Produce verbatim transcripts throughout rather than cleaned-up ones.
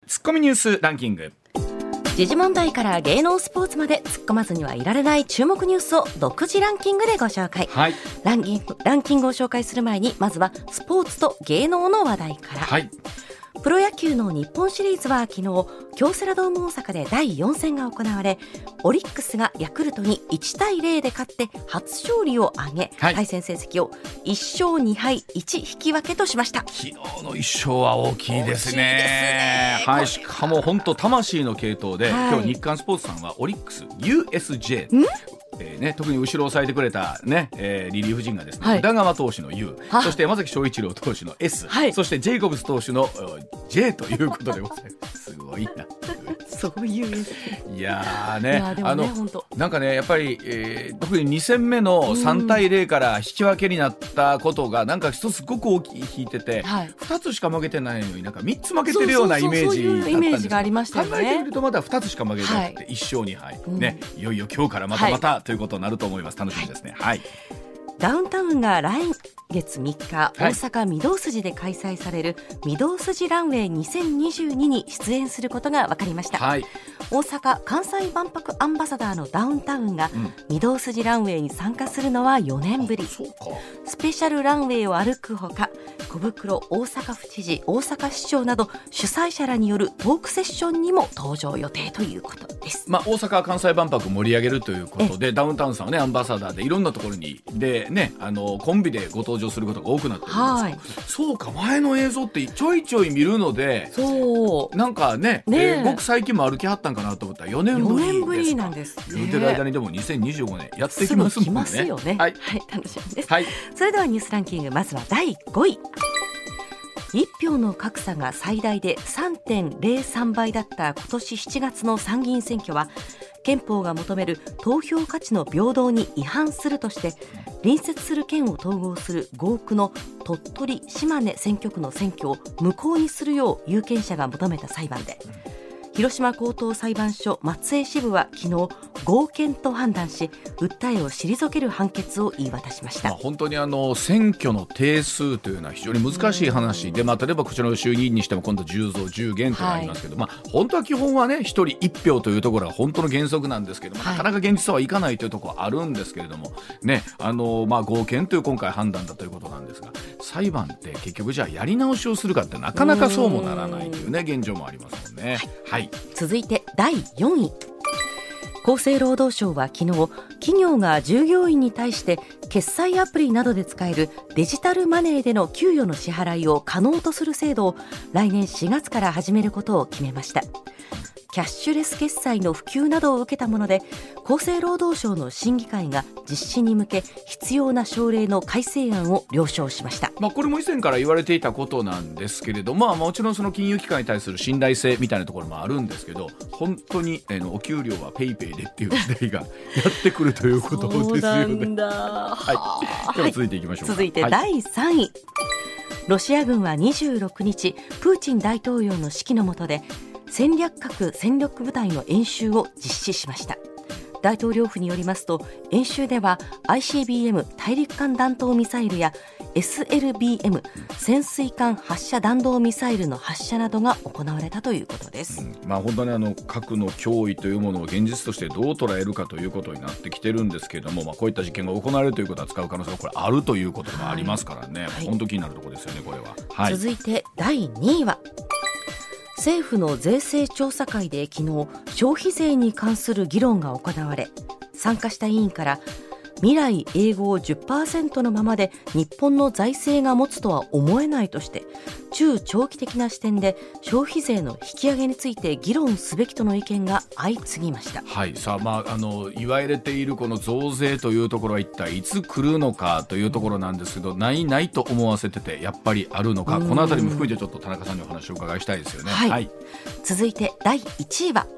ツッコミニュースランキング。 時事問題から芸能スポーツまで突っ込まずにはいられない注目ニュースを独自ランキングでご紹介、 はい、 ランキング、ランキングを紹介する前にまずはスポーツと芸能の話題から、 はい、 プロ野球の日本シリーズは昨日京セラドーム大阪でだいよん戦が行われ、オリックスがヤクルトにいちたいゼロで勝って初勝利を挙げ、はい、対戦成績をいっしょうにはいいち引き分けとしました。 昨日のいっ勝は大きいですね。大きいですね、はい、しかも本当魂の継投で、はい、今日日刊スポーツさんはオリックス ユーエスジェー、えーね、特に後ろを抑えてくれた、ねえー、リリーフ陣がですね、はい、宇田川投手の U、 そして山崎翔一郎投手の S、はい、そしてジェイコブス投手の J ということでございます。すごいなそういういやーね、いやでもね、あの本当なんかねやっぱり、えー、特にに戦目のさんたいゼロから引き分けになったことがなんか一つすごく大きい引いてて、はい、ふたつしか負けてないのになんかみっつ負けてるようなイメージだったんです。そうそうそうそういうイメージがありましたよね。考えてみるとまだふたつしか負けてなくて、はい、いっ勝にはい、ね、いよいよ今日からまたまた、はい、ということになると思います。楽しみですね、はい、 ダウンタウンが来月みっか、大阪御堂筋で開催される御堂筋ランウェイにせんにじゅうにに出演することが分かりました、はい、大阪・関西万博アンバサダーのダウンタウンが御堂筋ランウェイに参加するのはよねんぶり。 そうか、 スペシャルランウェイを歩くほか、小袋大阪府知事、大阪市長など主催者らによるトークセッションにも登場予定ということです。 まあ、大阪・関西万博を盛り上げるということで、ダウンタウンさんは、ね、アンバサダーでいろんなところにで、ね、あのコンビでご登場することが多くなってるんです、はい、そうか、前の映像ってちょいちょい見るので、 そうなんか ね, ねえー、ごく最近も歩きはったんかなと思ったらよねんぶりですか。 よねんぶりなんですね。 言うてる間にでもにせんにじゅうごねんやってきますもんね。 すぐ来ますよね、 はいはい、楽しみです、 はい、 それではニュースランキング、まずはだいごい。いち票の格差が最大で さんてんゼロさん 倍だった今年しちがつの参議院選挙は、憲法が求める投票価値の平等に違反するとして、隣接する県を統合する合区の鳥取・島根選挙区の選挙を無効にするよう有権者が求めた裁判で、広島高等裁判所松江支部は昨日合憲と判断し、訴えを退ける判決を言い渡しました。 まあ、本当にあの選挙の定数というのは非常に難しい話で、まあ、例えばこちらの衆議院にしても今度じゅう増じゅう減というのがありますけど、はい、まあ、本当は基本はねひとりいち票というところが本当の原則なんですけども、はい、なかなか現実はいかないというところはあるんですけれども、ね、あのまあ合憲という今回判断だということなんですが、裁判って結局じゃあやり直しをするかってなかなかそうもならないというね現状もありますもんね、はいはい、 続いてだいよんい。厚生労働省は昨日、企業が従業員に対して決済アプリなどで使えるデジタルマネーでの給与の支払いを可能とする制度を来年しがつから始めることを決めました。キャッシュレス決済の普及などを受けたもので、厚生労働省の審議会が実施に向け必要な省令の改正案を了承しました。 まあ、これも以前から言われていたことなんですけれども、まあ、もちろんその金融機関に対する信頼性みたいなところもあるんですけど、本当に、えー、お給料はペイペイでっていう時代がやってくるということですよね。 そうなんだ、 はい、では続いていきましょうか。 続いてだいさんい、はい、ロシア軍はにじゅうろくにち、プーチン大統領の指揮の下で戦略核戦力部隊の演習を実施しました。大統領府によりますと、演習では アイシービーエム 大陸間弾頭ミサイルや エスエルビーエム 潜水艦発射弾道ミサイルの発射などが行われたということです、 うん、まあ、本当にあの核の脅威というものを現実としてどう捉えるかということになってきてるんですけれども、まあ、こういった実験が行われるということは使う可能性がこれあるということもありますからね、はい、本当気になるところですよねこれは、はい、 続いてだいにいは、政府の税制調査会で昨日、消費税に関する議論が行われ、参加した委員から未来永劫 じゅっパーセント のままで日本の財政が持つとは思えないとして、中長期的な視点で消費税の引き上げについて議論すべきとの意見が相次ぎました。 はい、さあ、まあ、あのいわれているこの増税というところは一体いつ来るのかというところなんですけど、ないないと思わせててやっぱりあるのか、このあたりも含めてちょっと田中さんにお話をお伺いしたいですよね。 はいはい、 続いてだいいちいは、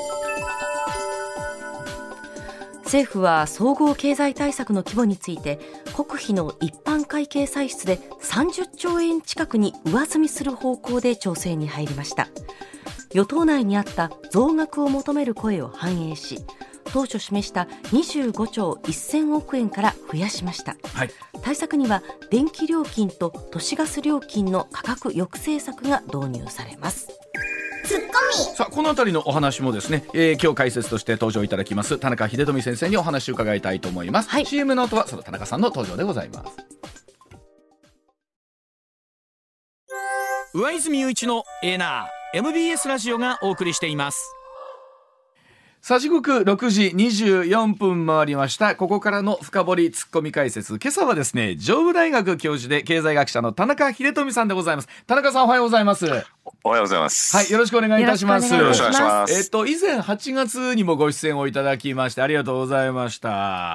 政府は総合経済対策の規模について、国費の一般会計歳出でさんじゅっちょうえん近くに上積みする方向で調整に入りました。与党内にあった増額を求める声を反映し、当初示したにじゅうごちょうせんおくえんから増やしました、はい、対策には電気料金と都市ガス料金の価格抑制策が導入されます。 ツッさあこのあたりのお話もですね、えー、今日解説として登場いただきます田中秀富先生にお話を伺いたいと思います、はい、シーエム の後はその田中さんの登場でございます。 上泉雄一のエーナー エムビーエス ラジオがお送りしています。 さあ時刻ろくじにじゅうよんぷん回りました。ここからの深掘りツッコミ解説、今朝はですね上武大学教授で経済学者の田中秀富さんでございます。田中さんおはようございます。 おはようございます。 はい、よろしくお願いいたします。 よろしくお願いします。 えっと以前はちがつにもご出演をいただきましてありがとうございました。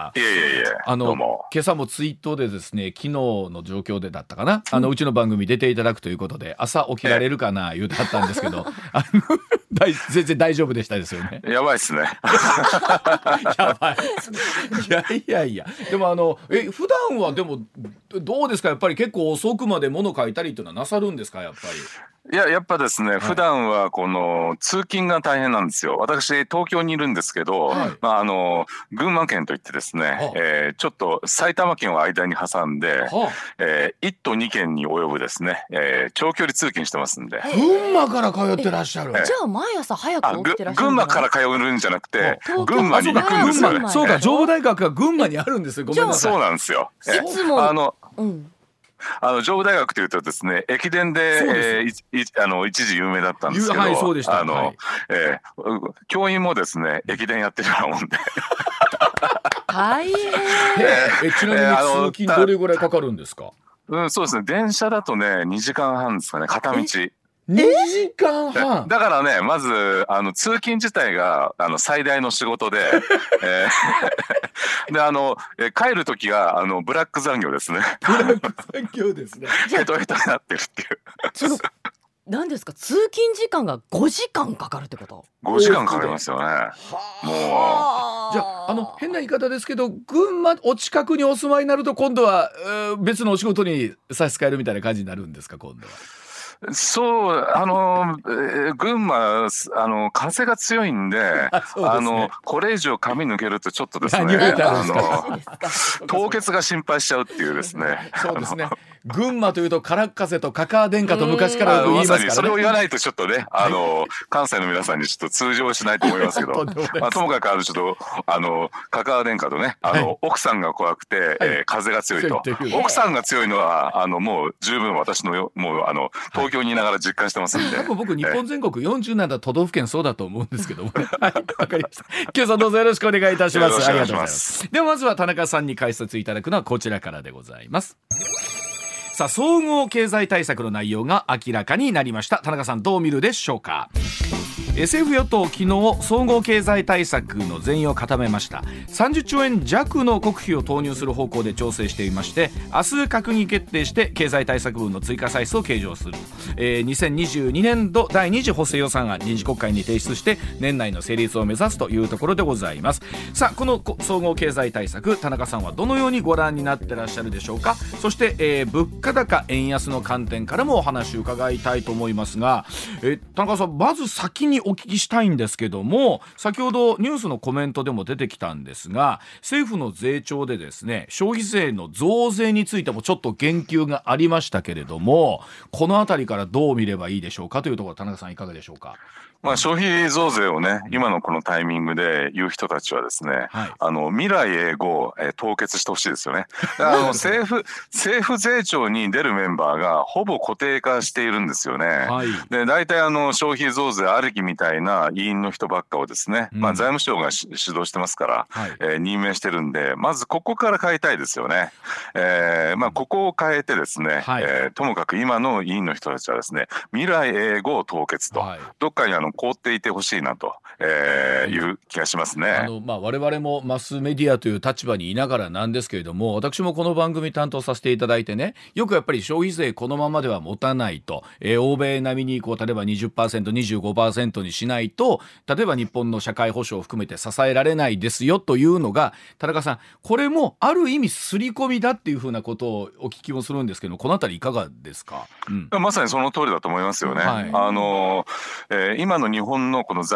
いえいえいえ、 あの今朝もツイートでですね昨日の状況でだったかな、あのうちの番組出ていただくということで朝起きられるかな言うてあったんですけどあの全然大丈夫でしたですよね。 やばいっすねやばいいやいやいや、でもあのえ普段はでもどうですか、やっぱり結構遅くまで物書いたりというのはなさるんですか。やっぱりいややっぱですね、はい、普段はこの通勤が大変なんですよ。私東京にいるんですけど、はい、まあ、あの群馬県といってですね、はあえー、ちょっと埼玉県を間に挟んで、はあえー、いち都に県に及ぶですね、えー、長距離通勤してますんで。 群馬から通ってらっしゃる。 じゃあ毎朝早く起きてらっしゃる。 群馬から通うんじゃなくて群馬に行くんですよね。 そうか、上武大学が群馬にあるんですよ。ごめんなさい。 そうなんですよ。 いつもあの、 うんあの上武大学というとですね、駅伝で、えー、いいあの一時有名だったんですけど、 はい、そうでした。 あの、はいえー、教員もですね駅伝やってるようなもんで大変。 えちなみに通勤どれぐらいかかるんですか。 うん、そうですね、電車だとねにじかんはんですかね、片道。 にじかんはんだからね、まずあの通勤自体があの最大の仕事で、えー、であのえ帰る時があのブラック残業ですね。 ブラック残業ですね。 ヘトヘトになってるっていう。 その何ですか、通勤時間がごじかんかかるってこと。 ごじかんかかりますよね。もうじゃあ、あの変な言い方ですけど、群馬お近くにお住まいになると今度は、えー、別のお仕事に差し支えるみたいな感じになるんですか、今度は。 そうあの、えー、群馬あの風が強いんで、あ、ね、あのこれ以上髪抜けるとちょっとですね、あの凍結が心配しちゃうっていうですね。 そうですね。群馬というとからっ風とかか伝家と昔から言いますからね。 まさにそれを言わないとちょっとね、あの関西の皆さんにちょっと通常しないと思いますけど、まあ、ともかくあのちょっとあのかか伝家とね、あの、はい、奥さんが怖くて、はいえー、風が強いと、奥さんが強いのはあのもう十分私のもうあの東京にいながら実感してますんで、 多分僕日本全国よんじゅうなな都道府県そうだと思うんですけども、ね、はい、わかりました。今日さんどうぞよろしくお願いいたします。ありがとうございます。ではまずは田中さんに解説いただくのはこちらからでございます。さあ総合経済対策の内容が明らかになりました。田中さんどう見るでしょうか。政府与党昨日総合経済対策の全容を固めました。さんじゅっちょうえん弱の国費を投入する方向で調整していまして、明日閣議決定して経済対策分の追加歳出を計上する、えー、にせんにじゅうにねんどだいに次補正予算案臨時国会に提出して年内の成立を目指すというところでございます。さあこの総合経済対策、田中さんはどのようにご覧になってらっしゃるでしょうか。そして、えー、物価高円安の観点からもお話を伺いたいと思いますが、えー、田中さんまず先にお聞きしたいんですけども、先ほどニュースのコメントでも出てきたんですが、政府の税調でですね消費税の増税についてもちょっと言及がありましたけれども、このあたりからどう見ればいいでしょうかというところ、田中さんいかがでしょうか。 まあ、消費増税をね、今のこのタイミングで言う人たちはですね、はい、あの未来永劫、えー、凍結してほしいですよね。あの政府政府税調に出るメンバーがほぼ固定化しているんですよね。はい、で大体あの消費増税ありきみたいな委員の人ばっかをですね、うんまあ、財務省が主導してますから、はいえー、任命してるんで、まずここから変えたいですよね。えーまあ、ここを変えてですね、はいえー、ともかく今の委員の人たちはですね、未来永劫凍結と、はい、どっかにあの凍っていてほしいなと、えー、いう気がしますね。 あの、まあ、我々もマスメディアという立場にいながらなんですけれども、私もこの番組担当させていただいてね、よくやっぱり消費税このままでは持たないと、えー、欧米並みにこう例えば にじゅっパーセント、にじゅうごパーセント にしないと例えば日本の社会保障を含めて支えられないですよというのが、田中さんこれもある意味刷り込みだっていうふうなことをお聞きもするんですけど、このあたりいかがですか。 うん、まさにその通りだと思いますよね。はい、あのえー、今の日本のこの財政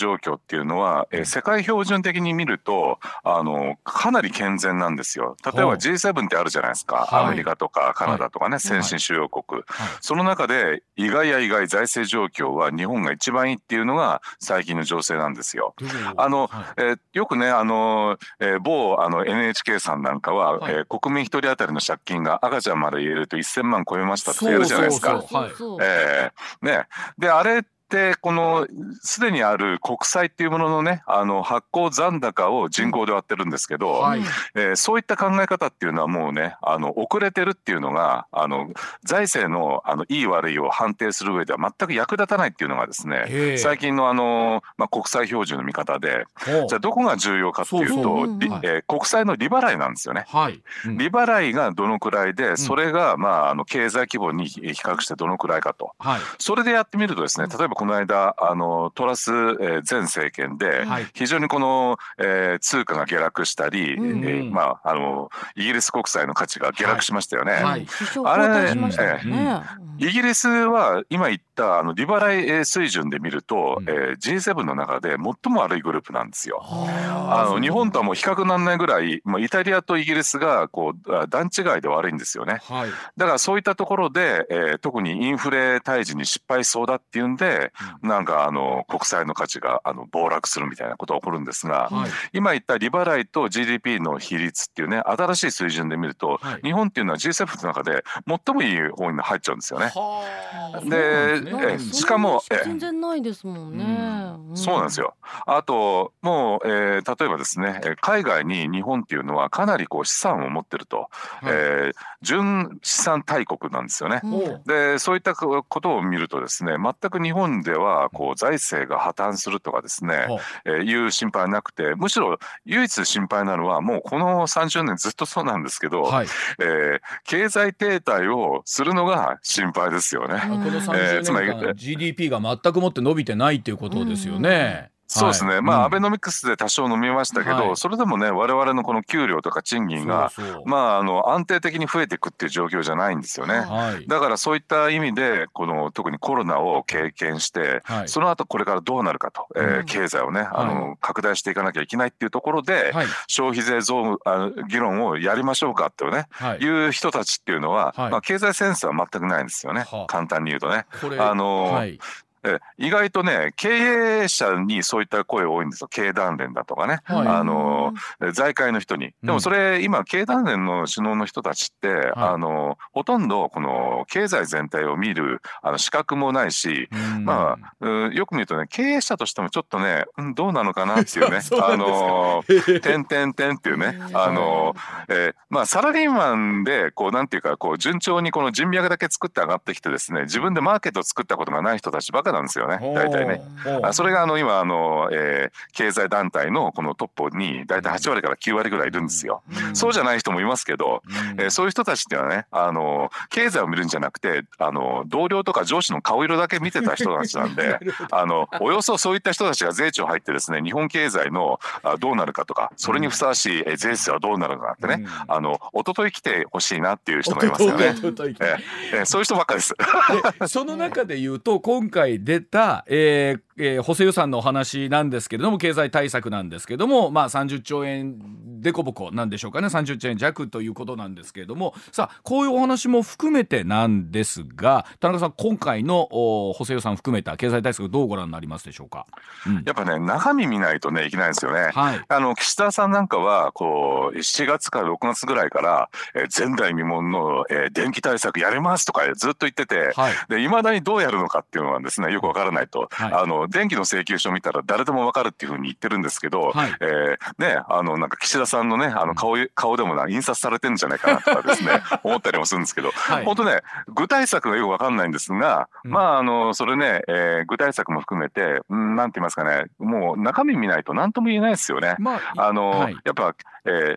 状況っていうのは、えー、世界標準的に見るとあのかなり健全なんですよ。例えば ジーセブン ってあるじゃないですか、はい、アメリカとかカナダとかね、はい、先進主要国、はい、その中で意外や意外財政状況は日本が一番いいっていうのが最近の情勢なんですよ。あの、はい、えー、よくねあの、えー、某あの エヌエイチケー さんなんかは、はい、えー、国民一人当たりの借金が赤ちゃんまで入れるとせんまん超えましたってやるじゃないですか。えー、ね、であれでこのすでにある国債っていうもののねあの発行残高を人口で割ってるんですけど、はい、えー、そういった考え方っていうのはもうねあの遅れてるっていうのがあの財政のあのいい悪いを判定する上では全く役立たないっていうのがですね最近のあの、まあ、国際標準の見方で、じゃあどこが重要かっていうと、そうそう、うんうん、えー、国債の利払いなんですよね、はい、うん、利払いがどのくらいでそれが、まあ、あの経済規模に比較してどのくらいかと、はい、それでやってみるとですね、例えばこの間あのトラス、えー、前政権で非常にこの、えー、通貨が下落したり、うん、えー、まあ、あのイギリス国債の価値が下落しましたよね。はいはい、あれ、えー、イギリスは今言ったあの利払い水準で見ると、うん、えー、ジーセブン の中で最も悪いグループなんですよ。あの日本とはもう比較にならないぐらい、まあ、イタリアとイギリスがこう段違いで悪いんですよね。はい、だからそういったところで、えー、特にインフレ退治に失敗しそうだっていうんで、うん、なんかあの国債の価値があの暴落するみたいなことが起こるんですが、はい、今言った利払いと ジーディーピー の比率っていうね新しい水準で見ると、はい、日本っていうのは ジーセブン の中で最もいい方に入っちゃうんですよね。で、ね、えしかも全然ないですもんね。 うん、そうなんですよ。あともう、えー、例えばですね海外に日本っていうのはかなりこう資産を持ってると、はい、えー、純資産大国なんですよね。うん、でそういったことを見るとですね全く日本ではこう財政が破綻するとかですね、えー、いう心配はなくて、むしろ唯一心配なのはもうこのさんじゅうねんずっとそうなんですけど、はい、えー、経済停滞をするのが心配ですよね。 このさんじゅうねんかん、えー、つまり ジーディーピー が全くもって伸びてないっていうことですよね。 そうですね、はい、まあ、うん、アベノミクスで多少飲みましたけど、はい、それでもね我々のこの給料とか賃金がそうそう、まあ、あの安定的に増えていくっていう状況じゃないんですよね。はい、だからそういった意味でこの特にコロナを経験して、はい、その後これからどうなるかと、うん、えー、経済をねあの、はい、拡大していかなきゃいけないっていうところで、はい、消費税増あ議論をやりましょうかっていうね、はい、いう人たちっていうのは、はい、まあ、経済センスは全くないんですよね、はあ、簡単に言うとね。あの、はい、え意外とね経営者にそういった声多いんですよ。経団連だとかね、はい、あの財界の人に。でもそれ、うん、今経団連の首脳の人たちって、はい、あのほとんどこの経済全体を見るあの資格もないし、うん、まあよく見るとね経営者としてもちょっとね、うん、どうなのかなっていうねあの点点点っていうねあの、えー、まあサラリーマンでこうなんていうかこう順調にこの人脈だけ作って上がってきてですね自分でマーケットを作ったことがない人たちばっかなんですよね大体ね。あそれがあの今あの、えー、経済団体のこのトップに大体はちわりからきゅうわりぐらいいるんですよ。うん、そうじゃない人もいますけど、うん、えー、そういう人たちっていうのはねあの経済を見るんじゃなくてあの同僚とか上司の顔色だけ見てた人たちなんであのおよそそういった人たちが税調入ってですね日本経済のあどうなるかとかそれにふさわしい、えー、税制はどうなるかってね、うん、あの一昨日来てほしいなっていう人がいますよね。えーえー、そういう人ばっかりです。 でその中で言うと今回出た、えーえー、補正予算のお話なんですけれども経済対策なんですけれども、まあ、さんじゅっちょうえんでこぼこなんでしょうかねさんじゅっちょうえん弱ということなんですけれどもさあこういうお話も含めてなんですが田中さん今回の補正予算含めた経済対策どうご覧になりますでしょうか。 うん、やっぱね中身見ないとねいけないんですよね。はい、あの岸田さんなんかはこうしちがつからろくがつぐらいから、えー、前代未聞の、えー、電気対策やりますとかずっと言ってて、はい、で未だにどうやるのかっていうのはですねよくわからないと、はい、あの電気の請求書を見たら誰でもわかるっていうふうに言ってるんですけど、はい、えー、ねあのなんか岸田さんのねあの 顔, 顔でもな印刷されてるんじゃないかなとかですね思ったりもするんですけど、はい、本当ね具体策がよくわかんないんですが、うん、まああのそれね、えー、具体策も含めて、うん、なんて言いますかねもう中身見ないと何とも言えないですよね。まあ、あの、はい、やっぱ、えー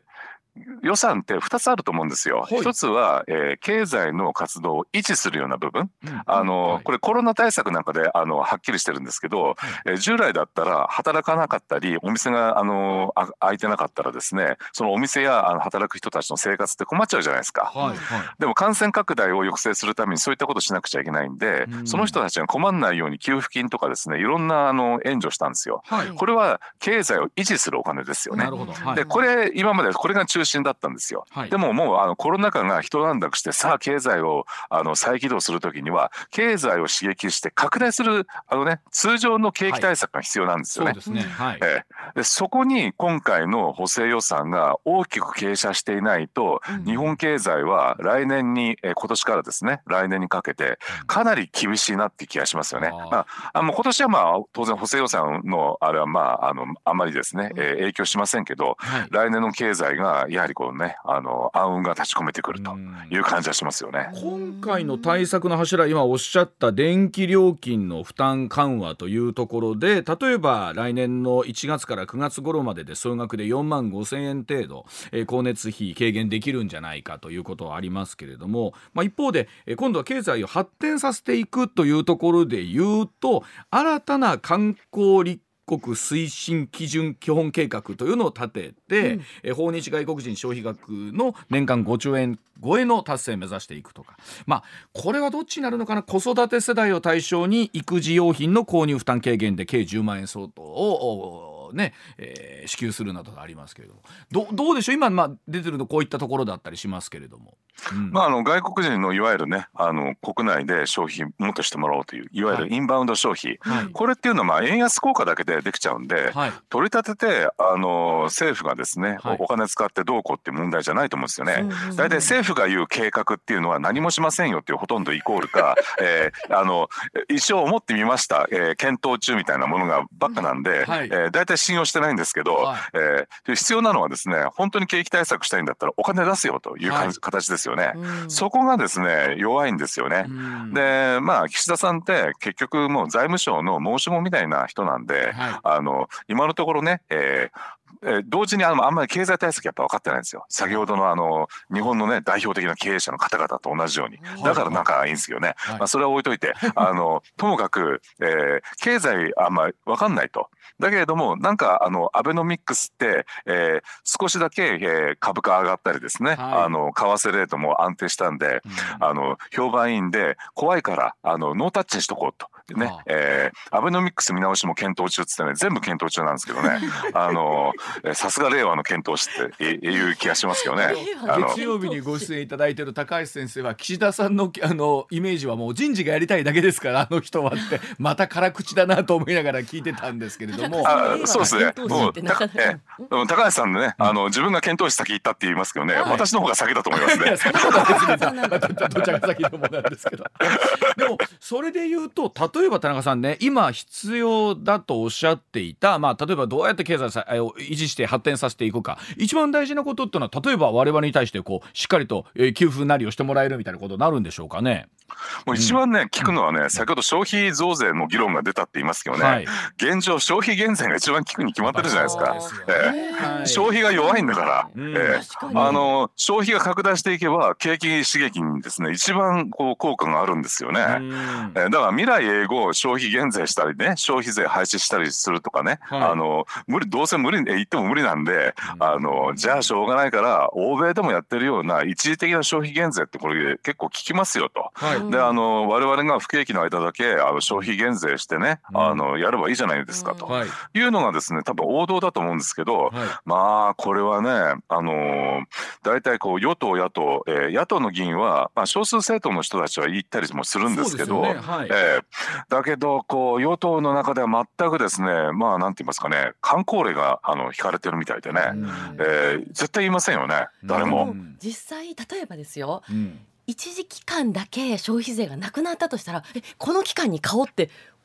予算ってふたつあると思うんですよ。ひとつは、えー、経済の活動を維持するような部分、うん、あの、はい、これコロナ対策なんかであのはっきりしてるんですけど、はい、えー、従来だったら働かなかったりお店があのあ開いてなかったらですね、そのお店やあの働く人たちの生活って困っちゃうじゃないですか、はいはい、でも感染拡大を抑制するためにそういったことしなくちゃいけないんで、うん、その人たちが困らないように給付金とかですね、いろんなあの援助したんですよ、はい、これは経済を維持するお金ですよね。なるほど、はい、でこれ今までこれが中心だったんですよ、はい、でももうあのコロナ禍が一段落して、さあ経済をあの再起動するときには経済を刺激して拡大するあの、ね、通常の景気対策が必要なんですよね。そうですね、はい、えー、でそこに今回の補正予算が大きく傾斜していないと、うん、日本経済は来年に、えー、今年からですね、来年にかけてかなり厳しいなって気がしますよね。あ、まあ、あの今年はまあ当然補正予算のあれはまああのあまりですね、えー、影響しませんけど、はい、来年の経済がやはりこうね、あの暗雲が立ち込めてくるという感じはしますよね。 今回の対策の柱、今おっしゃった電気料金の負担緩和というところで、例えば来年のいちがつからくがつ頃までで総額でよんまんごせんえん程度、えー、光熱費軽減できるんじゃないかということはありますけれども、まあ、一方で、えー、今度は経済を発展させていくというところで言うと、新たな観光立国推進基準基本計画というのを立てて、うん、え訪日外国人消費額の年間ごちょうえん超えの達成を目指していくとか、まあこれはどっちになるのかな。子育て世代を対象に育児用品の購入負担軽減で計じゅうまんえん相当をね、えー、支給するなどがありますけれども、 ど, どうでしょう今、まあ、出てるのこういったところだったりしますけれども、 うん、まあ、あの外国人のいわゆるね、あの国内で消費もっとしてもらおうといういわゆるインバウンド消費、はい、これっていうのはまあ円安効果だけでできちゃうんで、はい、取り立ててあの政府がですね、はい、お金使ってどうこうっていう問題じゃないと思うんですよね。だいたい政府が言う計画っていうのは何もしませんよっていうほとんどイコールか、えー、あの一応思ってみました、えー、検討中みたいなものがばっかなんで、はい、えー、だいたい信用してないんですけど、はい、えー、必要なのはですね、本当に景気対策したいんだったらお金出すよという、はい、形ですよね。そこがですね弱いんですよね。でまあ岸田さんって結局もう財務省の申し子みたいな人なんで、はい、あの今のところね、えーえー、同時にあのあんまり経済対策やっぱ分かってないんですよ。先ほどのあの日本のね代表的な経営者の方々と同じように、だから仲がいいんですよね。はい、まあ、それは置いといて、あのともかく、えー、経済あんまり分かんないと。だけれどもなんかあのアベノミクスって、えー、少しだけ、えー、株価上がったりですね、はい、あの為替レートも安定したんで、うん、あの評判いいんで怖いからあのノータッチにしとこうと。ね、えー、アベノミクス見直しも検討中って言ってね、全部検討中なんですけどね、あのさすが令和の検討しっていう気がしますけどね。 月曜日にご出演いただいている高橋先生は岸田さんの、あのイメージはもう人事がやりたいだけですから、あの人はってまた辛口だなと思いながら聞いてたんですけれども、 あそうですね、もうたえ高橋さんでね、あの自分が検討士先行ったって言いますけどね、はい、私の方が先だと思いますね。いやそんなことは別にどちらが先でもなんですけどでもそれで言うと、例えば田中さんね、今必要だとおっしゃっていた、まあ、例えばどうやって経済を維持して発展させていくか、一番大事なことっていうのは例えば我々に対してこうしっかりと、えー、給付なりをしてもらえるみたいなことになるんでしょうかね。 もう一番ね、うん、聞くのはね、先ほど消費増税の議論が出たって言いますけどね、はい、現状消費減税が一番効くに決まってるじゃないですか。ですえーはい、消費が弱いんだから、うん、えー、あの消費が拡大していけば景気刺激にですね一番こう効果があるんですよね。うん、えー、だから未来永劫消費減税したりね、消費税廃止したりするとかね、はい、あの無理どうせ無理言っても無理なんで、うん、あのじゃあしょうがないから欧米でもやってるような一時的な消費減税ってこれ結構効きますよと。はい、であの我々が不景気の間だけあの消費減税してね、うん、あのやればいいじゃないですかと、うん、いうのがですね多分王道だと思うんですけど、はい、まあこれはね、あのだいたいこう与党野党、えー、野党の議員は、まあ、少数政党の人たちは言ったりもするんですけど、ね、はい、えー、だけどこう与党の中では全くですね、まあなんて言いますかね、箝口令があの引かれてるみたいでね、うん、えー、絶対言いませんよね、誰も。 うん、実際例えばですよ、うん、一時期間だけ消費税がなくなったとしたら、えこの期間に買おうって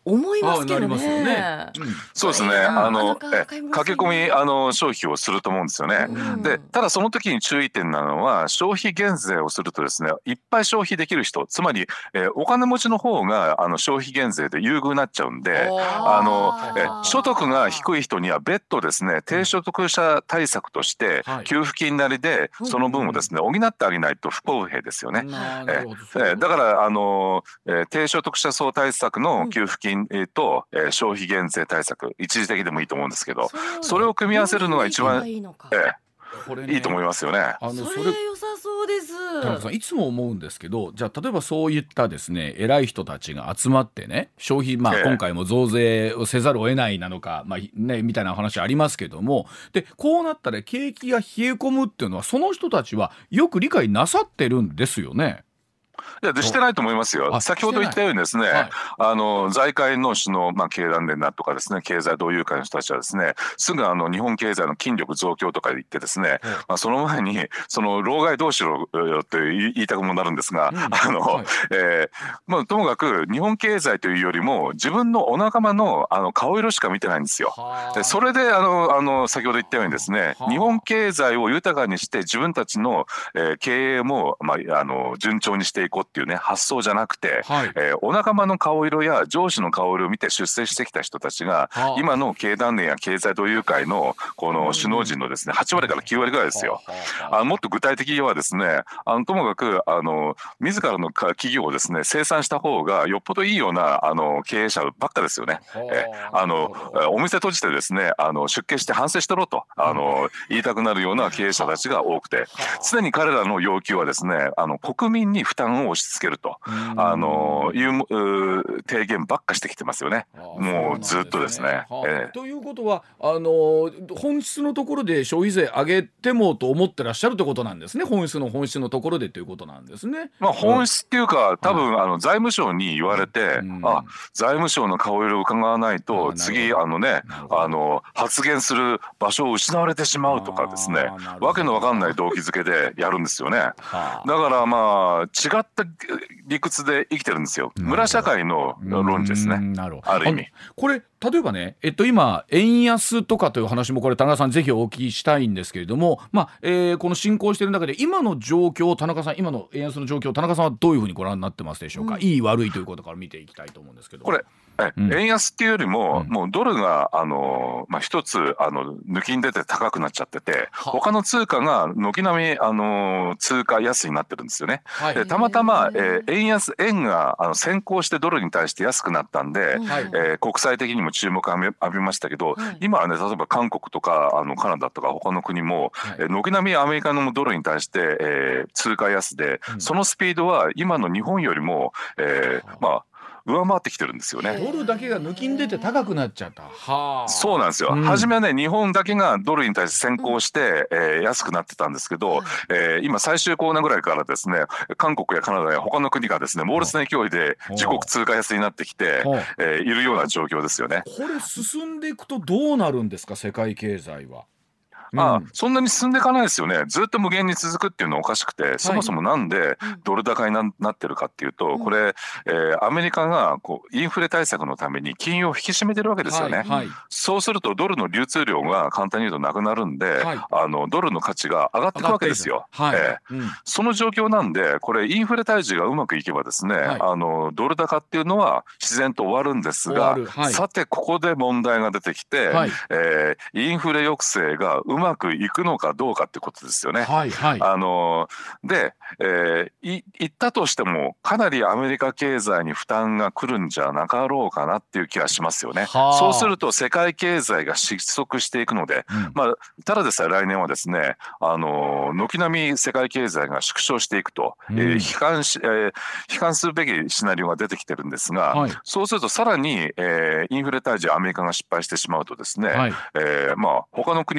思いますけどね。 ね、 うん、そうですね。あのえ駆け込みあの消費をすると思うんですよね。うん、でただその時に注意点なのは、消費減税をするとですね、いっぱい消費できる人、つまり、えー、お金持ちの方があの消費減税で優遇になっちゃうんで、あのえ所得が低い人には別途ですね、低所得者対策として給付金なりでその分をですね補ってあげないと不公平ですよね。えー、だからあの、えー、低所得者層対策の給付金と、えー、消費減税対策、一時的でもいいと思うんですけど、それを組み合わせるのが一番いいのか、えーこれね、いいと思いますよね。 あのそれ良さそうです。 田中さんいつも思うんですけど、じゃあ例えばそういったですね偉い人たちが集まってね、消費、まあ、今回も増税をせざるを得ないなのか、まあね、みたいな話ありますけども、でこうなったら景気が冷え込むっていうのはその人たちはよく理解なさってるんですよね。 いやでしてないと思いますよ。先ほど言ったようにですね、はい、あの財界の首脳、まあ、経団連だとかですね、経済同友会の人たちはですね、すぐあの日本経済の筋力増強とか言ってですね、うん、まあ、その前にその老害どうしろよって言いたくもなるんですが、うん、あの、はい、えーまあ、ともかく日本経済というよりも自分のお仲間のあの顔色しか見てないんですよ。でそれであのあの先ほど言ったようにですね、日本経済を豊かにして自分たちの、えー、経営も、まあ、あの順調にしていこうっていうね発想じゃなくて、はい、えー、お仲間の顔色や上司の顔色を見て出世してきた人たちが、はあ、今の経団連や経済同友会のこの首脳陣のですねはち割からきゅう割ぐらいですよ。あのもっと具体的にはですね、あのともかくあの自らの企業をですね生産した方がよっぽどいいようなあの経営者ばっかですよね。えー、あのお店閉じてですねあの出家して反省してろとあの言いたくなるような経営者たちが多くて、常に彼らの要求はですねあの国民に負担を押し付けるとあのいう提言ばっかしてきてますよね。もうずっとですね。 えー、ということはあの本質のところで消費税上げてもと思ってらっしゃるってことなんですね。本質の本質のところでということなんですね。 まあ、本質っていうか、うん、多分あの財務省に言われて、うん、あ財務省の顔色を伺わないと次あのねあの発言する場所を失われてしまうとかですね、わけのわかんない動機づけでやるんですよね。だからまあ違った理屈で生きてるんですよ。村社会の論理ですね。なるほど。ある意味。 これ例えばね、えっと、今円安とかという話もこれ田中さんぜひお聞きしたいんですけれども、まあえー、この進行している中で今の状況、田中さん今の円安の状況、田中さんはどういうふうにご覧になってますでしょうか。うん、いい悪いということから見ていきたいと思うんですけど、 これえ、うん、円安っていうよりも、うん、もうドルがあの、まあ、一つあの抜きに出て高くなっちゃってて、他の通貨が軒並みあの通貨安になってるんですよね。はい、でたまたま、えー、円安円があの先行してドルに対して安くなったんで、はい、えー、国際的にも注目を浴びましたけど、はい、今はね例えば韓国とかあのカナダとか他の国も軒並みアメリカのドルに対して、えー、通貨安で、うん、そのスピードは今の日本よりも、えー、まあ上回ってきてるんですよね。 ドルだけが抜きに出て高くなっちゃった。はあ、 そうなんですよ。うん、初めはね日本だけがドルに対して先行して、うん、えー、安くなってたんですけど、うん、えー、今最終コーナーぐらいからですね韓国やカナダや他の国がですね猛烈な勢いで自国通貨安になってきて、えー、いるような状況ですよね。 これ進んでいくとどうなるんですか、世界経済は。 ああ、そんなに進んでいかないですよね。ずっと無限に続くっていうのはおかしくて、はい、そもそもなんでドル高に な, なってるかっていうと、うん、これ、えー、アメリカがこうインフレ対策のために金融を引き締めてるわけですよね。はいはい、そうするとドルの流通量が簡単に言うとなくなるんで、はい、あのドルの価値が上がっていくわけですよ。はい、えーうん、その状況なんで、これインフレ退治がうまくいけばですね、はい、あのドル高っていうのは自然と終わるんですが、はい、さてここで問題が出てきて、はい、えー、インフレ抑制がうまくいくのかどうかってことですよね。はいはい、あので、えー、い言ったとしてもかなりアメリカ経済に負担が来るんじゃなかろうかなっていう気がしますよね。そうすると世界経済が失速していくので、うん、まあ、ただでさえ来年はですね、あの軒並み世界経済が縮小していくと、うん、えー、悲観し、えー、悲観するべきシナリオが出てきてるんですが、はい、そうするとさらに、えー、インフレ退治アメリカが失敗してしまうとですね、はい、えーまあ、他の国も巻き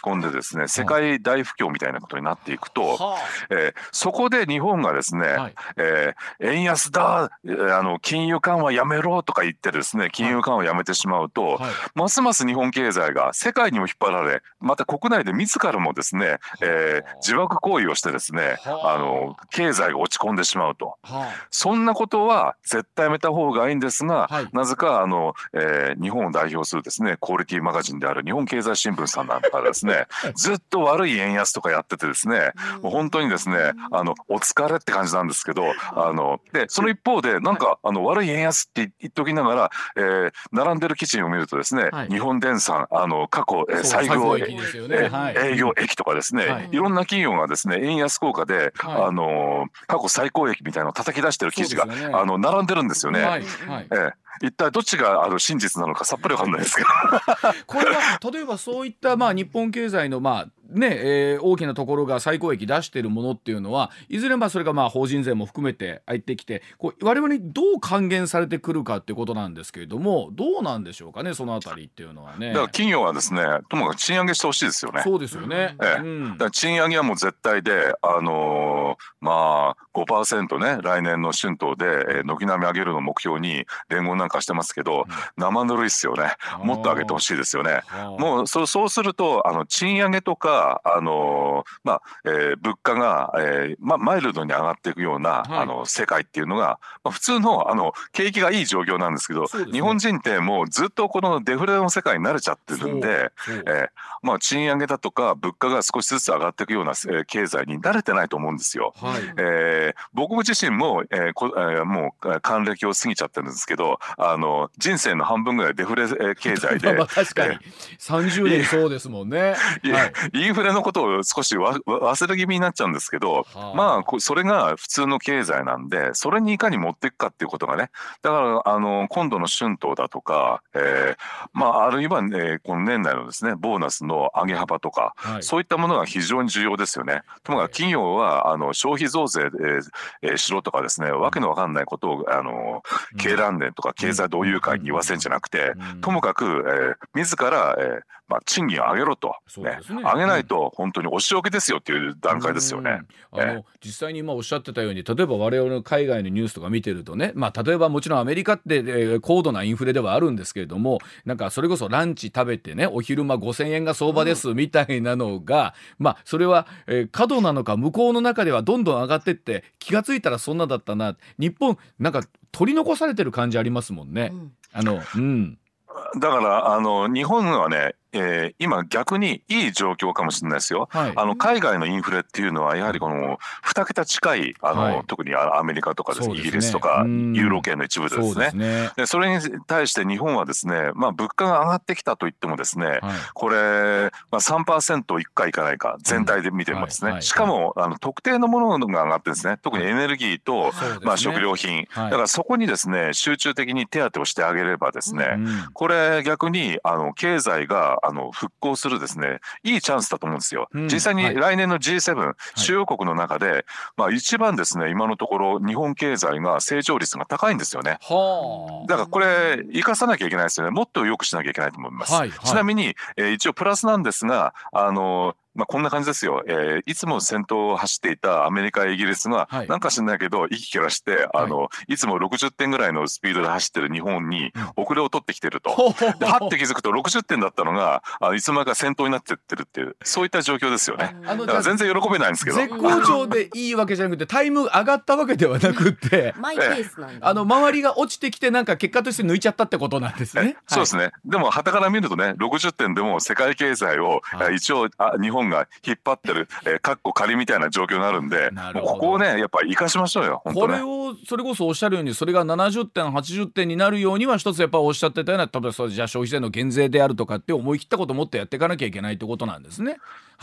込んでですね、世界大不況みたいなことになっていくと、えー、そこで日本がですね、はい、えー、円安だ、あの金融緩和やめろとか言ってですね、金融緩和やめてしまうと、はい、ますます日本経済が世界にも引っ張られ、また国内で自らもですね、えー、自爆行為をしてですね、あの経済が落ち込んでしまうと、そんなことは絶対やめた方がいいんですが、はい、なぜかあの、えー、日本を代表するですねクオリティマガジンである日本経済新聞さんなんかですねずっと悪い円安とかやっててですね、もう本当にですねあのお疲れって感じなんですけど、あのでその一方でなんかあの悪い円安って言っておきながら、えー、並んでる記事を見るとですね、はい、日本電産あの過去、えー、最高、ねえーはい、営業益とかですね、はい、いろんな企業がですね円安効果で、はい、あの過去最高益みたいなのを叩き出してる記事が、ね、あの並んでるんですよね。はいはい、えー一体どっちがあの真実なのかさっぱりわかんないですけどこれは例えばそういったまあ日本経済のまあねえー、大きなところが最高益出しているものっていうのはいずれまあそれがまあ法人税も含めて入ってきてこう我々にどう還元されてくるかっていうことなんですけれども、どうなんでしょうかね、そのあたりっていうのはね。 だから企業はですねともかく賃上げしてほしいですよね。 そうですよね、 ええうん、だから賃上げはもう絶対で、あのー、まあ ごパーセント ね来年の春闘で軒並み上げるのを目標に連合なんかしてますけど、うん、生ぬるいっすよね。もっと上げてほしいですよね。もう そ, そうするとあの賃上げとかあのまあえー、物価が、えーま、マイルドに上がっていくような、はい、あの世界っていうのが、まあ、普通の、あの景気がいい状況なんですけど、ね、日本人ってもうずっとこのデフレの世界に慣れちゃってるんで、えーまあ、賃上げだとか物価が少しずつ上がっていくような、えー、経済に慣れてないと思うんですよ。はいえー、僕自身も、えーこえー、もう還暦を過ぎちゃってるんですけど、あの人生の半分ぐらいデフレ経済でまあ確かに、えー、さんじゅうねんそうですもんね。 はい、インフレのことを少しわ忘れ気味になっちゃうんですけど、はあ、まあそれが普通の経済なんで、それにいかに持っていくかっていうことがね、だからあの今度の春闘だとか、えー、まああるいは、ね、この年内のですねボーナスの上げ幅とか、はい、そういったものが非常に重要ですよね。ともかく企業はあの消費増税で、えー、しろとかですね、わけのわかんないことをあの経団連とか経済同友会に言わせんじゃなくて、うん、ともかく、えー、自ら、えーまあ、賃金を上げろと、ねね、上げないと本当にお仕置きですよっていう段階ですよね。 あの、えー、実際に今おっしゃってたように、例えば我々の海外のニュースとか見てるとね、まあ、例えばもちろんアメリカって、えー、高度なインフレではあるんですけれども、なんかそれこそランチ食べてねお昼間ごせんえんが相場ですみたいなのが、うん、まあそれは、えー、過度なのか向こうの中ではどんどん上がってって気がついたらそんなだったな、日本なんか取り残されてる感じありますもんね。うん、あのうんだからあの日本はね、えー、今逆にいい状況かもしれないですよ。はい、あの海外のインフレっていうのはやはりこのに桁近いあの、はい、特にアメリカとかですね、イギリスとかユーロ圏の一部でですね。そ, ねでそれに対して日本はですね、まあ、物価が上がってきたといってもですね、はい、これ、まあ、さんパーセント いくかいかないか全体で見てもですね、うんはいはい、しかもあの特定のものが上がってですね、特にエネルギーと、はいまあ、食料品、はい、だからそこにですね集中的に手当てをしてあげればですね、うん、これ逆にあの経済があの復興するですねいいチャンスだと思うんですよ。うん、実際に来年の ジーセブン、はい、主要国の中で、まあ、一番ですね今のところ日本経済が成長率が高いんですよね。はだからこれ生かさなきゃいけないですよね。もっと良くしなきゃいけないと思います。はいはい、ちなみに、えー、一応プラスなんですがあのまあ、こんな感じですよ、えー、いつも先頭を走っていたアメリカやイギリスが、はい、なんか知んないけど息切らして、はい、あのいつもろくじゅってんぐらいのスピードで走ってる日本に遅れを取ってきてると、うん、ではって気づくとろくじゅってんだったのがあいつの間にか先頭になってってるっていうそういった状況ですよね。あのだから全然喜べないんですけど、 絶好調でいいわけじゃなくてタイム上がったわけではなくってマイペースなんだ、 あの周りが落ちてきてなんか結果として抜いちゃったってことなんですね。 そうですね、はい、でも傍から見るとねろくじゅってんでも世界経済を、はい、一応あ日本が引っ張ってる、えー、かっこ仮みたいな状況になるんで、もうここをねやっぱり生かしましょうよ本当ね。 これをそれこそおっしゃるようにそれがななじゅってんはちじゅってんになるようには一つやっぱおっしゃってたような、例えばそうじゃあ消費税の減税であるとかって思い切ったことをもっとやっていかなきゃいけないってことなんですね。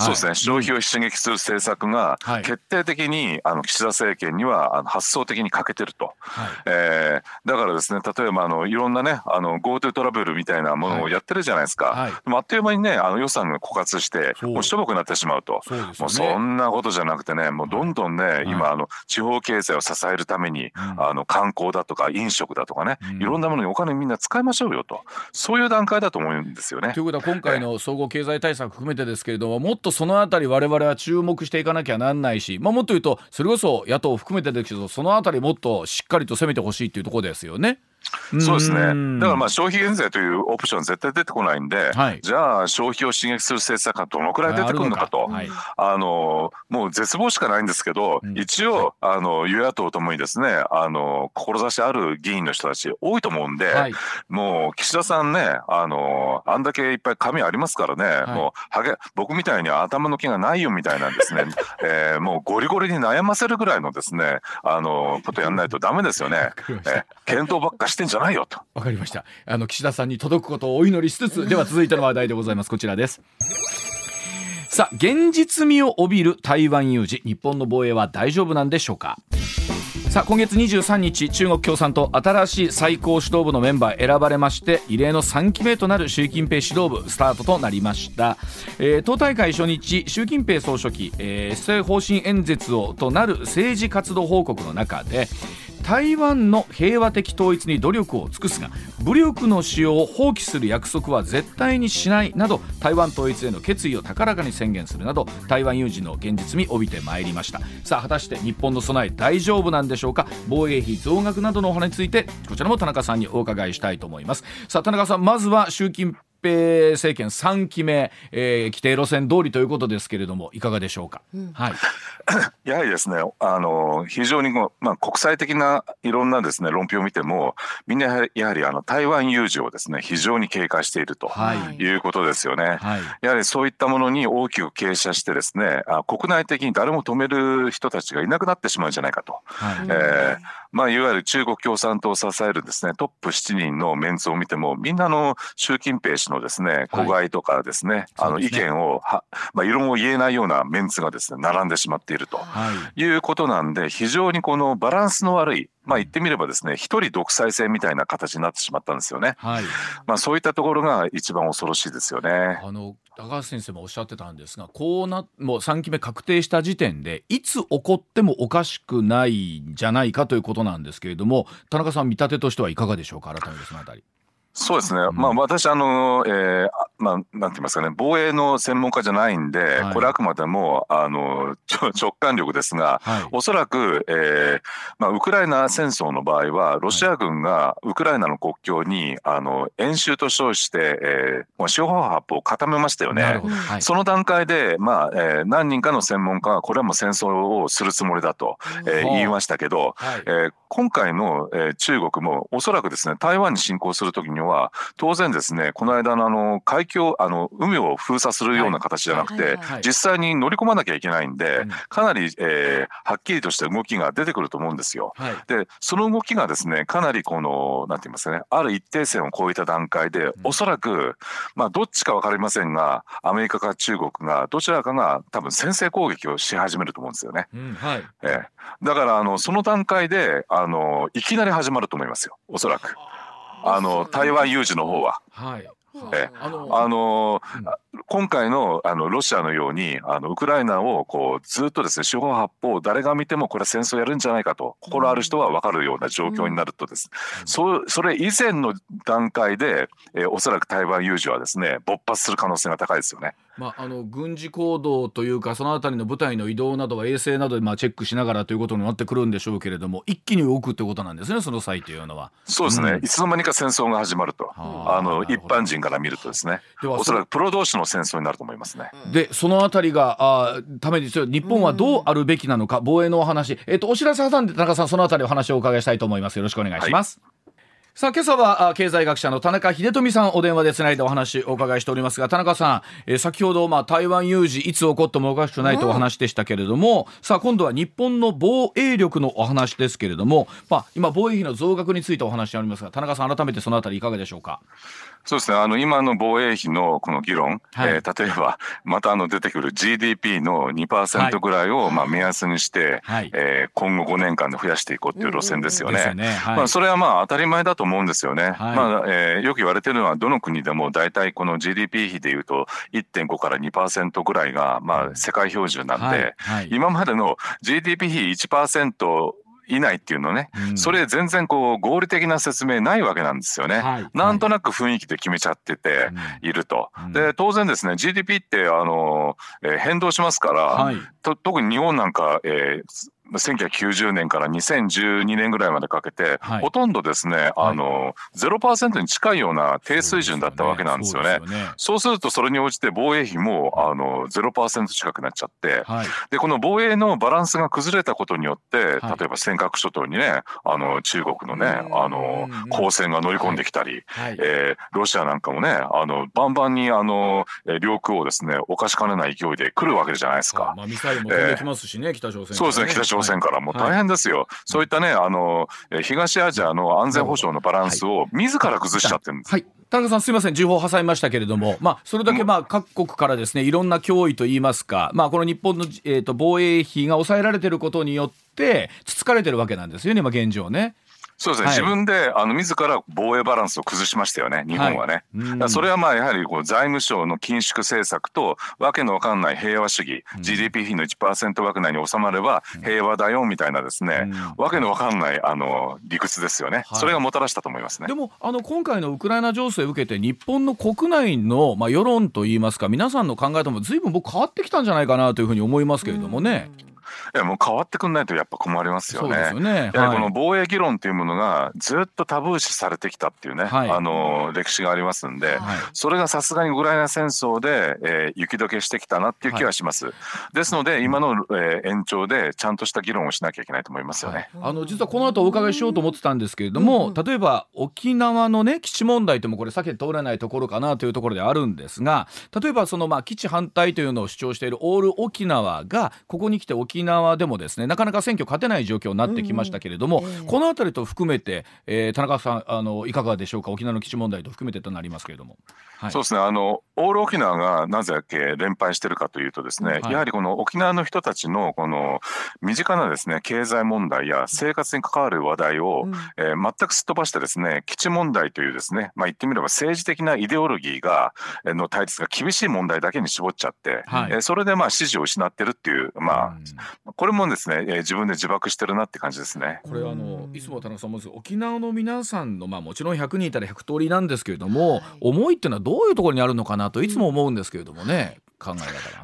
そうですね、消費を刺激する政策が決定的にあの岸田政権にはあの発想的に欠けてると、はい、えー、だからですね、例えばあのいろんなねあの GoTo トラベルみたいなものをやってるじゃないですか、はいはい、でもあっという間にねあの予算が枯渇してもうしょぼくなってしまうと。そうですよね、もうそんなことじゃなくてね、もうどんどんね、はい、今あの地方経済を支えるために、うん、あの観光だとか飲食だとかね、うん、いろんなものにお金みんな使いましょうよと、そういう段階だと思うんですよね。 ということは今回の総合経済対策含めてですけれども、もっとそのあたり我々は注目していかなきゃなんないし、まあ、もっと言うとそれこそ野党を含めてですけど、そのあたりもっとしっかりと攻めてほしいっていうところですよね。 そうですね。だからまあ消費減税というオプション絶対出てこないんで、はい、じゃあ消費を刺激する政策がどのくらい出てくるのかと、あ、はい、あのもう絶望しかないんですけど、うん、一応、はい、あの与野党ともにですね、あの志ある議員の人たち多いと思うんで、はい、もう岸田さんね、あのあんだけいっぱい紙ありますからね、はい、もうはげ僕みたいに頭の毛がないよみたいなんですね、えー、もうゴリゴリに悩ませるぐらいのですね、あのことやんないとダメですよね。え検討ばっかしてんじゃないよと。 わかりました。あの岸田さんに届くことをお祈りしつつ、では続いての話題でございます。こちらです。さあ、現実味を帯びる台湾有事、日本の防衛は大丈夫なんでしょうか。さあ、今月にじゅうさんにち、中国共産党新しい最高指導部のメンバー選ばれまして、異例のさんきめとなる習近平指導部スタートとなりました。えー、党大会初日、習近平総書記、えー、施政方針演説をとなる政治活動報告の中で、台湾の平和的統一に努力を尽くすが武力の使用を放棄する約束は絶対にしないなど、台湾統一への決意を高らかに宣言するなど、台湾有事の現実味帯びてまいりました。さあ、果たして日本の備え大丈夫なんでしょうか。防衛費増額などのお話について、こちらも田中さんにお伺いしたいと思います。さあ、田中さん、まずは習近平政権さんきめ、えー、規定路線通りということですけれども、いかがでしょうか。うん、はい、 やはりですね、あの非常にこう、まあ、国際的ないろんなですね論評を見ても、みんなやはり、やはりあの台湾有事をですね非常に警戒しているということですよね。はい、やはりそういったものに大きく傾斜してですね、あ国内的に誰も止める人たちがいなくなってしまうんじゃないかと。はい、えーまあ、いわゆる中国共産党を支えるですねトップしちにんのメンツを見ても、みんなの習近平氏のですね子飼いとかですね、はい、あの意見をは、まあ、異論を言えないようなメンツがですね並んでしまっていると、はい、いうことなんで、非常にこのバランスの悪い、まあ、言ってみればですね一人独裁制みたいな形になってしまったんですよね。はい、まあ、そういったところが一番恐ろしいですよね。 あの高橋先生もおっしゃってたんですが、こうなもうさんきめ確定した時点でいつ起こってもおかしくないんじゃないかということなんですけれども、田中さん見立てとしてはいかがでしょうか。改めてそのあたり。 そうですね、うん、まあ、私あの、えーまあ、なんて言いますかね、防衛の専門家じゃないんで、はい、これあくまでもあの直感力ですが、はい、おそらく、えーまあ、ウクライナ戦争の場合はロシア軍がウクライナの国境にあの演習と称して、えー、四方八方固めましたよね。はい、その段階で、まあえー、何人かの専門家はこれはもう戦争をするつもりだと、えー、言いましたけど、はい、えー、今回の、えー、中国もおそらくですね台湾に侵攻するときには当然ですね、この間のあの海峡あの海を封鎖するような形じゃなくて、はいはいはい、実際に乗り込まなきゃいけないんで、かなり、えー、はっきりとした動きが出てくると思うんですよ。はい、でその動きがですねかなりこのなんて言いますかね、ある一定線を超えた段階で、おそらくまあどっちか分かりませんが、アメリカか中国がどちらかが多分先制攻撃をし始めると思うんですよね。うんはい、えー、だからあのその段階であのいきなり始まると思いますよ、おそらく。あの台湾有事の方は、はい、えあのあの、うん、今回のあのロシアのようにあのウクライナをこうずっとですね四方八方誰が見てもこれは戦争やるんじゃないかと心ある人は分かるような状況になるとです、うん、そ, それ以前の段階で、えー、おそらく台湾有事はですね勃発する可能性が高いですよね。 まあ、あの軍事行動というかそのあたりの部隊の移動などは衛星などでまあチェックしながらということになってくるんでしょうけれども、一気に動くということなんですね、その際というのは。 そうですね、うん、いつの間にか戦争が始まると、あの一般人から見るとですね、おそらくプロ同士の戦争になると思いますね。 でそのあたりがあために日本はどうあるべきなのか、防衛のお話、えっと、お知らせ挟んで田中さんそのあたりお話をお伺いしたいと思います。よろしくお願いします。はい、さあ今朝は経済学者の田中秀富さんお電話でつないでお話をお伺いしておりますが、田中さん、えー、先ほど、まあ、台湾有事いつ起こってもおかしくないとお話でしたけれども、うん、さあ今度は日本の防衛力のお話ですけれども、まあ、今防衛費の増額についてお話がありますが、田中さん改めてそのあたりいかがでしょうか。 そうですね、あの今の防衛費のこの議論、はい、えー、例えばまたあの出てくる ジーディーピー の にパーセント ぐらいをまあ目安にして、はい、えー、今後ごねんかんで増やしていこうっていう路線ですよね。まあそれはまあ当たり前だと思うんですよね。はい、まあえー、よく言われてるのはどの国でも大体この ジーディーピー 比でいうと いってんご から にパーセント ぐらいがまあ世界標準なんで、はいはい、今までの ジーディーピー 比 いちパーセント以内っていうのね、うん、それ全然こう合理的な説明ないわけなんですよね、はい、なんとなく雰囲気で決めちゃってていると、うん、で当然ですね ジーディーピー ってあの、えー、変動しますから、はい、と特に日本なんか、えーせんきゅうひゃくきゅうじゅうねんからにせんじゅうにねんぐらいまでかけて、はい、ほとんどですね、あの、はい、ゼロパーセント に近いような低水準だったわけなんですよね。そうですよね。そうするとそれに応じて防衛費もあの ゼロパーセント 近くなっちゃって、はい、でこの防衛のバランスが崩れたことによって、はい、例えば尖閣諸島にね、あの中国のね、あの公船が乗り込んできたり、はいはい、えー、ロシアなんかもね、あのバンバンにあの領空をですね侵しかねない勢いで来るわけじゃないですか。 まあ、ミサイルも飛んできますしね、えー、北朝鮮からね。 そうですね、北朝鮮からもう大変ですよ、はい、そういったねあの東アジアの安全保障のバランスを自ら崩しちゃってるんです。 はい、田中さんすいません、情報を挟みましたけれども、まあ、それだけまあ各国からですねいろんな脅威といいますか、まあ、この日本の、えーと防衛費が抑えられていることによってつつかれてるわけなんですよね、今現状ね。 そうですね、はい、自分であの自ら防衛バランスを崩しましたよね、日本はね。はい、うん、だそれはまあやはりこう財務省の緊縮政策とわけのわかんない平和主義、うん、ジーディーピー 比の いちパーセント 枠内に収まれば平和だよみたいなですね、うん、わけのわかんないあの理屈ですよね、はい、それがもたらしたと思いますね。 でもあの今回のウクライナ情勢を受けて日本の国内の、まあ、世論といいますか皆さんの考え方も随分僕変わってきたんじゃないかなというふうに思いますけれどもね。うん、 いやもう変わってくんないとやっぱ困りますよね。 そうですよね、はい、 やはりこの防衛議論というものがずっとタブー視されてきたっていうね、はい、あの歴史がありますんで、はい、それがさすがにウクライナ戦争で、えー、雪解けしてきたなっていう気はします、はい、ですので今の、えー、延長でちゃんとした議論をしなきゃいけないと思いますよね、 はい、あの実はこの後お伺いしようと思ってたんですけれども、うん、例えば沖縄のね基地問題ともこれ避けて通れないところかなというところであるんですが、例えばそのまあ基地反対というのを主張しているオール沖縄がここに来て沖縄でもですねなかなか選挙勝てない状況になってきましたけれども、うんうんえー、このあたりと含めて、えー、田中さんあのいかがでしょうか。沖縄の基地問題と含めてとなりますけれども、 はい、そうですね、あのオール沖縄がなぜ連敗しているかというとですね、はい、やはりこの沖縄の人たちのこの身近なですね経済問題や生活に関わる話題を、うんえー、全くすっ飛ばしてですね基地問題というですね、まあ、言ってみれば政治的なイデオロギーがの対立が厳しい問題だけに絞っちゃって、はい、えー、それでまあ支持を失ってるっていう、まあ、うん、これもですね、えー、自分で自爆してるなって感じですね。 これあのいつも田中さんも沖縄の皆さんの、まあ、もちろんひゃくにんいたらひゃく通りなんですけれども、はい、思いっていうのはどういうところにあるのかなといつも思うんですけれどもね、考え方が。うん、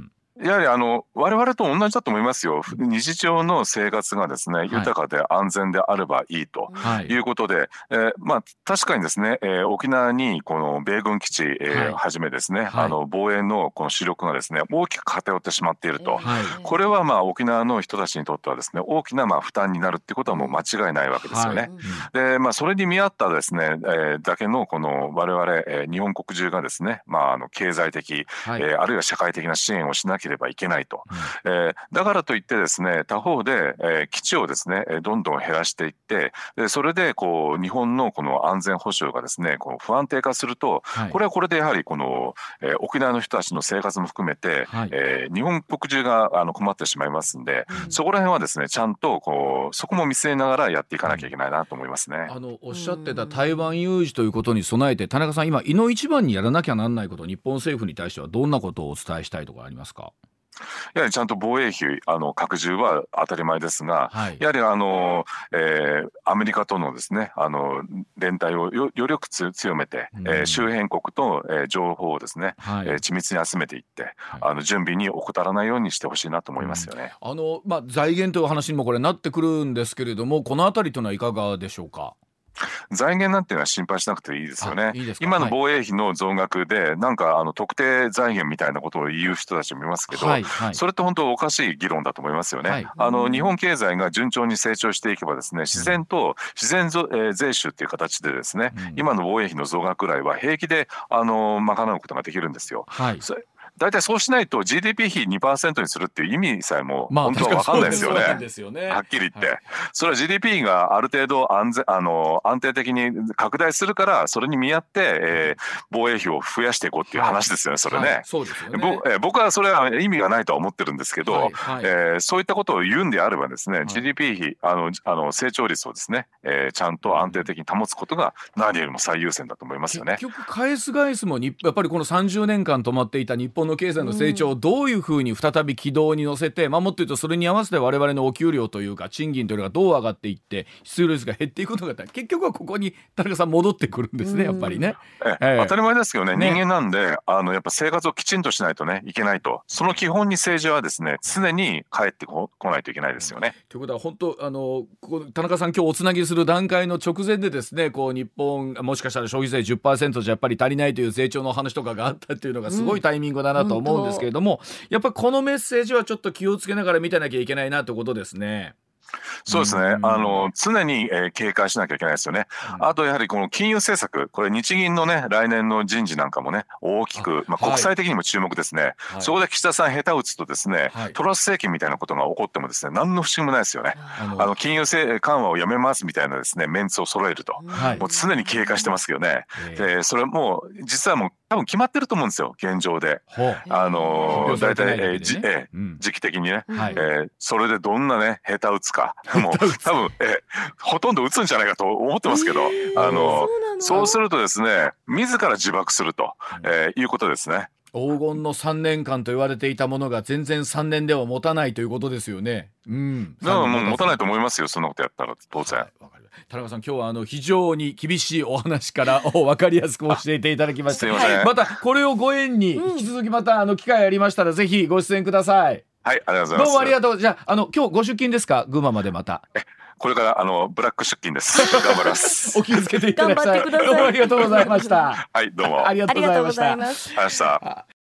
やはりあの我々と同じだと思いますよ。日常の生活がですね、はい、豊かで安全であればいいということで、はい、えー、まあ確かにですね、えー、沖縄にこの米軍基地、えーはい、はじめですね、はい、あの防衛のこの主力がですね大きく偏ってしまっていると、はい、これはまあ沖縄の人たちにとってはですね大きなまあ負担になるってことはもう間違いないわけですよね。はい、でまあそれに見合ったですね、えー、だけのこの我々、えー、日本国中がですね、まああの経済的、はい、えー、あるいは社会的な支援をしなければいけないと、うん、えー、だからといってですね他方で、えー、基地をですねどんどん減らしていってでそれでこう日本のこの安全保障がですねこう不安定化すると、はい、これはこれでやはりこの、えー、沖縄の人たちの生活も含めて、はい、えー、日本国中があの困ってしまいますんで、うん、そこら辺はですねちゃんとこうそこも見据えながらやっていかなきゃいけないなと思いますね。 あのおっしゃってた台湾有事ということに備えて田中さん今いの一番にやらなきゃなんないこと日本政府に対してはどんなことをお伝えしたいとかありますか。 やはりちゃんと防衛費あの拡充は当たり前ですが、はい、やはりあの、えー、アメリカとのですねあの連帯をよより強めて、うん、えー、周辺国と、えー、情報をですね、はい、えー、緻密に集めていって、はい、あの準備に怠らないようにしてほしいなと思いますよね。 うん、あのまあ、財源という話にもこれなってくるんですけれどもこのあたりというのはいかがでしょうか。 財源なんていうのは心配しなくていいですよね。いい今の防衛費の増額で、はい、なんかあの特定財源みたいなことを言う人たちもいますけど、はいはい、それって本当おかしい議論だと思いますよね。はい、あの日本経済が順調に成長していけばですね自然と自然ぞ、えー、税収っていう形でですね、うん、今の防衛費の増額ぐらいは平気であの賄うことができるんですよ。はい、 大体そうしないと ジーディーピー 比 にパーセント にするっていう意味さえも本当は分かんないですよね。 まあ、ですよねはっきり言って、 はい、 それは ジーディーピー がある程度安全あの安定的に拡大するからそれに見合って、えー、防衛費を増やしていこうっていう話ですよね、それね。はい、 そうですよね。 えー、僕はそれは意味がないとは思ってるんですけど、はいはい、えー、そういったことを言うんであればですね、はい、ジーディーピー 比あのあの成長率をですね、えー、ちゃんと安定的に保つことが何よりも最優先だと思いますよね。 結局返す返すもにやっぱりこのさんじゅうねんかん止まっていた日本の経済の成長をどういうふうに再び軌道に乗せて、まあ、もっと言うとそれに合わせて我々のお給料というか賃金というのがどう上がっていって失業率が減っていくのか結局はここに田中さん戻ってくるんですね、やっぱりね。 ええ、当たり前ですけどね、ね、人間なんであのやっぱ生活をきちんとしないとねいけないと、その基本に政治はですね常に帰ってこないといけないですよね。 ということは本当あの田中さん今日おつなぎする段階の直前でですねこう日本もしかしたら消費税 じゅっパーセント じゃやっぱり足りないという成長の話とかがあったっていうのがすごいタイミングだなと思うんですけれども、うん、やっぱりこのメッセージはちょっと気をつけながら見てなきゃいけないなということですね。 そうですね、あの常に、えー、警戒しなきゃいけないですよね、うん、あとやはりこの金融政策、これ日銀のね来年の人事なんかもね大きく、まあ、国際的にも注目ですね、はい、そこで岸田さん下手打つとですね、はい、トラス政権みたいなことが起こってもですね何の不思議もないですよね。あのあの金融緩和をやめますみたいなですねメンツを揃えると、はい、もう常に警戒してますけどね、でそれもう実はもう多分決まってると思うんですよ現状で。あの大体、えーじえーうん、時期的にね、はい、えー、それでどんなね下手打つかもう多分、えほとんど打つんじゃないかと思ってますけど、あのそうするとですね自ら自爆すると、えー、いうことですね。 黄金のさんねんかんと言われていたものが全然さんねんでは持たないということですよね。うん、 だからもう持たないと思いますよ、そんなことやったら当然。はい、 田中さん今日はあの非常に厳しいお話から分かりやすく教えていただきました。ま, またこれをご縁に引き続きまたあの機会ありましたらぜひご出演ください。 はい、ありがとうございます。 どうもありがとう。じゃあ、あの今日ご出勤ですか、群馬までまた。 えこれからあのブラック出勤です。頑張ります。 お気をつけていただきたい。 頑張ってください。 どうもありがとうございました。 はい、どうもありがとうございました。 ありがとうございました。